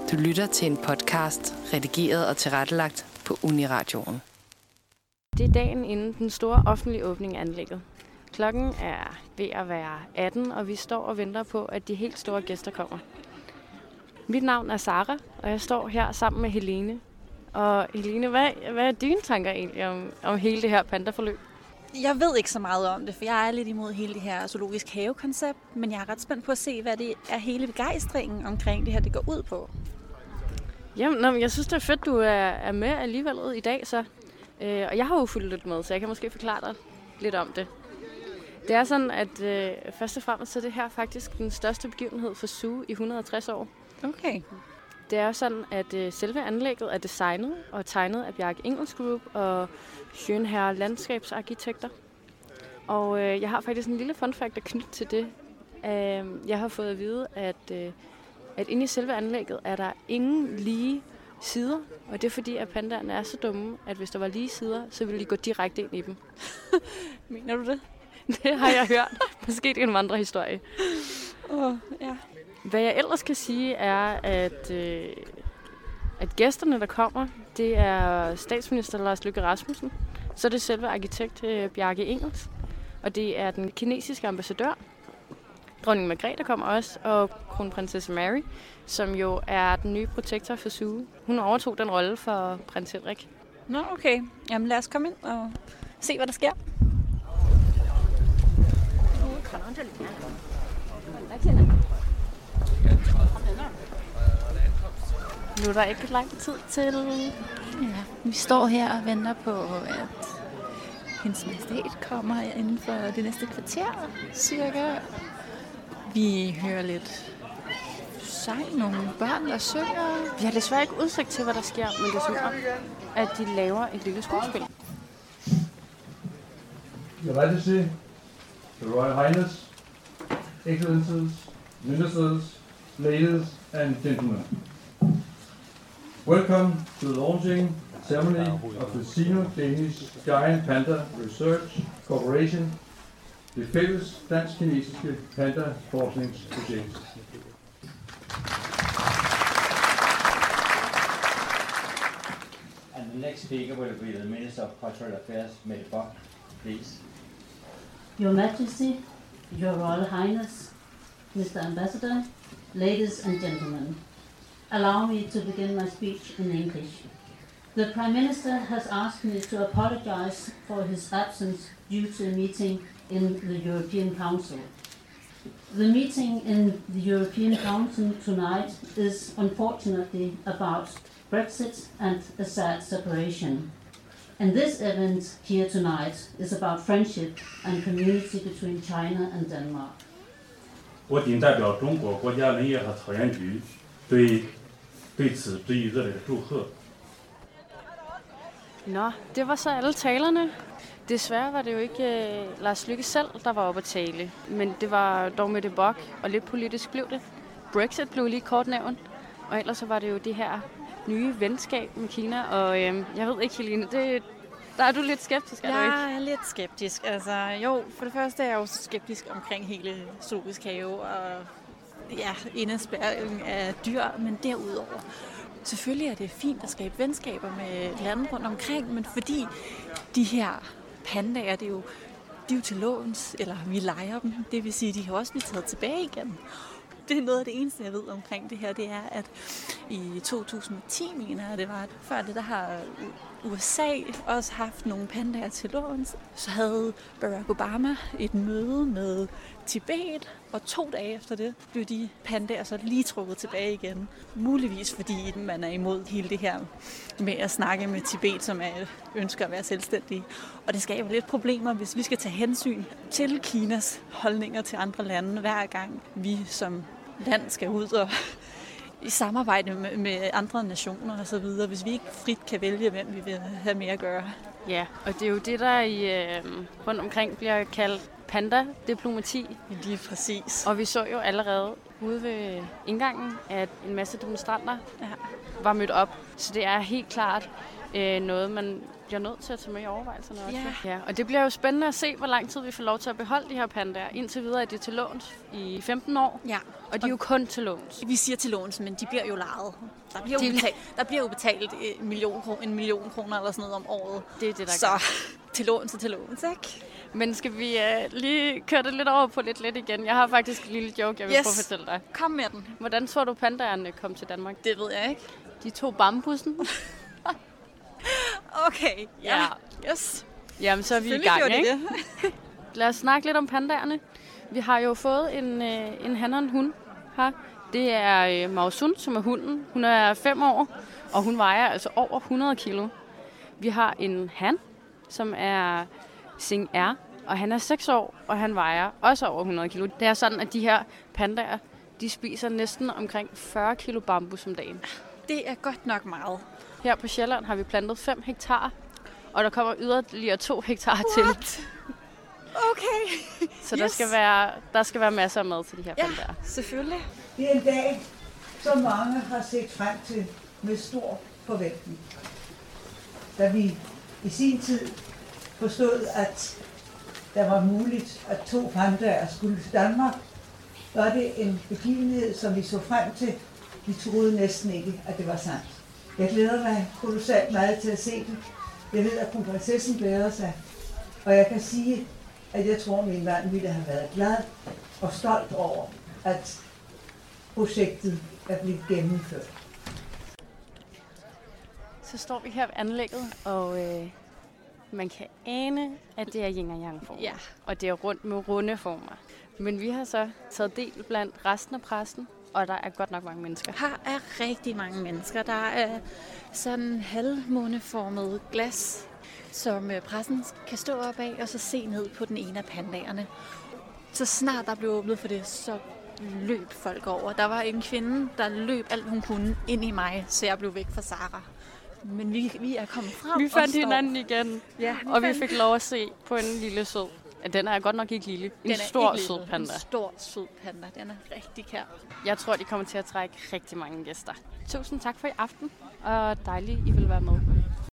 Du lytter til en podcast, redigeret og tilrettelagt på Uniradioen. Det er dagen inden den store offentlige åbning af anlægget. Klokken er ved at være 18, og vi står og venter på, at de helt store gæster kommer. Mit navn er Sara, og jeg står her sammen med Helene. Og Helene, hvad er dine tanker egentlig om hele det her pandaforløb? Jeg ved ikke så meget om det, for jeg er lidt imod hele det her zoologisk have-koncept, men jeg er ret spændt på at se, hvad det er hele begejstringen omkring det her, det går ud på. Jamen, jeg synes, det er fedt, du er med alligevel i dag, så. Og jeg har jo fulgt lidt med, så jeg kan måske forklare dig lidt om det. Det er sådan, at først og fremmest så er det her faktisk den største begivenhed for Zoo i 160 år. Okay. Det er sådan, at selve anlægget er designet og tegnet af Bjarke Ingels Group og Schönherr landskabsarkitekter. Og jeg har faktisk en lille fun fact at knytte til det. Jeg har fået at vide, at inde i selve anlægget er der ingen lige sider. Og det er fordi, at pandaerne er så dumme, at hvis der var lige sider, så ville de gå direkte ind i dem. Mener du det? Det har jeg hørt. Måske det er en vandrehistorie. Ja. Hvad jeg ellers kan sige er, at gæsterne, der kommer, det er statsminister Lars Løkke Rasmussen. Så er det selve arkitekt Bjarke Ingels. Og det er den kinesiske ambassadør. Dronning Margrethe kommer også, og kronprinsesse Mary, som jo er den nye protektor for Zoo. Hun overtog den rolle for prins Henrik. Nå, okay. Jamen lad os komme ind og se, hvad der sker. Nu er der ikke lang tid til. Ja, vi står her og venter på, at hendes majestæt kommer inden for det næste kvarter, cirka. Vi hører lidt sang, nogle børn, der synger. Vi har desværre ikke udsigt til, hvad der sker, men det er som om, at de laver et lille skuespil. Your Majesty, Your Royal Highness, Excellencies, Ministers, ladies and gentlemen. Welcome to the launching ceremony of the Sino-Danish Giant Panda Research Corporation, det fælles dansk-kinesiske panda-forskningsprojekt. And the next speaker will be the Minister of Cultural Affairs, Mette Bock, please. Your Majesty, Your Royal Highness, Mr. Ambassador, ladies and gentlemen, allow me to begin my speech in English. The Prime Minister has asked me to apologize for his absence due to a meeting in the European Council. The meeting in the European Council tonight is unfortunately about Brexit and a sad separation. And this event here tonight is about friendship and community between China and Denmark. 我谨代表中国国家林业和草原局对此致以热烈的祝贺。 Nå, det var så alle talerne. Desværre var det jo ikke Lars Løkke selv, der var oppe at tale. Men det var dog Mette Bock, og lidt politisk blev det. Brexit blev lige kort nævnt. Og ellers så var det jo det her nye venskab med Kina. Og jeg ved ikke, Helene, der er du lidt skeptisk, er du ikke? Jeg er lidt skeptisk. Altså, jo, for det første er jeg jo skeptisk omkring hele zoologisk have og indespærring af dyr, men derudover. Selvfølgelig er det fint at skabe venskaber med lande rundt omkring, men fordi de her pandaer, de er jo til låns, eller vi lejer dem, det vil sige, at de kan også blive taget tilbage igen. Det er noget af det eneste, jeg ved omkring det her, det er, at i 2010, mener jeg, det var før det, der har USA også haft nogle pandaer til låns. Så havde Barack Obama et møde med Tibet, og 2 dage efter det blev de pandaer så lige trukket tilbage igen. Muligvis fordi man er imod hele det her med at snakke med Tibet, som ønsker at være selvstændige. Og det skaber lidt problemer, hvis vi skal tage hensyn til Kinas holdninger til andre lande, hver gang vi som land skal ud og i samarbejde med andre nationer og så videre, hvis vi ikke frit kan vælge, hvem vi vil have mere at gøre. Ja, og det er jo det, der rundt omkring bliver kaldt panda-diplomati. Lige præcis. Og vi så jo allerede ude ved indgangen, at en masse demonstranter var mødt op. Så det er helt klart noget, man bliver nødt til at tage med i overvejelserne også. Ja, og det bliver jo spændende at se, hvor lang tid vi får lov til at beholde de her pandaer. Indtil videre er de til låns i 15 år, og de er jo kun til låns. Vi siger til låns, men de bliver jo lejet. Der bliver jo betalt 1 million kroner eller sådan noget om året. Det er det, der så til låns og til låns, ikke? Men skal vi lige køre det lidt over på lidt igen? Jeg har faktisk en lille joke, jeg vil prøve at fortælle dig. Kom med den. Hvordan tror du, pandaerne kom til Danmark? Det ved jeg ikke. De tog bambussen. Okay, ja. Yes. Jamen, så er vi i gang, ikke? Lad os snakke lidt om pandaerne. Vi har jo fået en han og en hund her. Det er Mausun, som er hunden. Hun er 5 år, og hun vejer altså over 100 kilo. Vi har en han, som er Sing R, og han er 6 år, og han vejer også over 100 kilo. Det er sådan, at de her pandaer, de spiser næsten omkring 40 kilo bambus om dagen. Det er godt nok meget. Her på Sjælland har vi plantet 5 hektar, og der kommer yderligere 2 hektar til. Okay. Så der skal være masser af mad til de her pandaer. Ja, selvfølgelig. Det er en dag, som mange har set frem til med stor forventning. Da vi i sin tid forstod, at der var muligt, at 2 pandaer skulle til Danmark, var det en begivenhed, som vi så frem til. Vi troede næsten ikke, at det var sandt. Jeg glæder mig kolossalt meget til at se det. Jeg ved, at kronprinsessen glæder sig. Og jeg kan sige, at jeg tror, at min mand ville have været glad og stolt over, at projektet er blevet gennemført. Så står vi her ved anlægget, og man kan ane, at det er yin og yang former. Ja. Og det er rundt med runde former. Men vi har så taget del blandt resten af pressen, og der er godt nok mange mennesker. Her er rigtig mange mennesker. Der er sådan halvmåneformet glas, som pressen kan stå op af, og så se ned på den ene af pandaerne. Så snart der blev åbnet for det, så løb folk over. Der var en kvinde, der løb alt hun kunne ind i mig, så jeg blev væk fra Sara. Men vi er kommet frem. Vi fandt hinanden igen, ja, og vi fik lov at se på en lille sød. Den er godt nok ikke lille. En stor sød panda. En stor sød panda. Den er rigtig kær. Jeg tror, de kommer til at trække rigtig mange gæster. Tusind tak for i aften, og dejligt, I vil være med.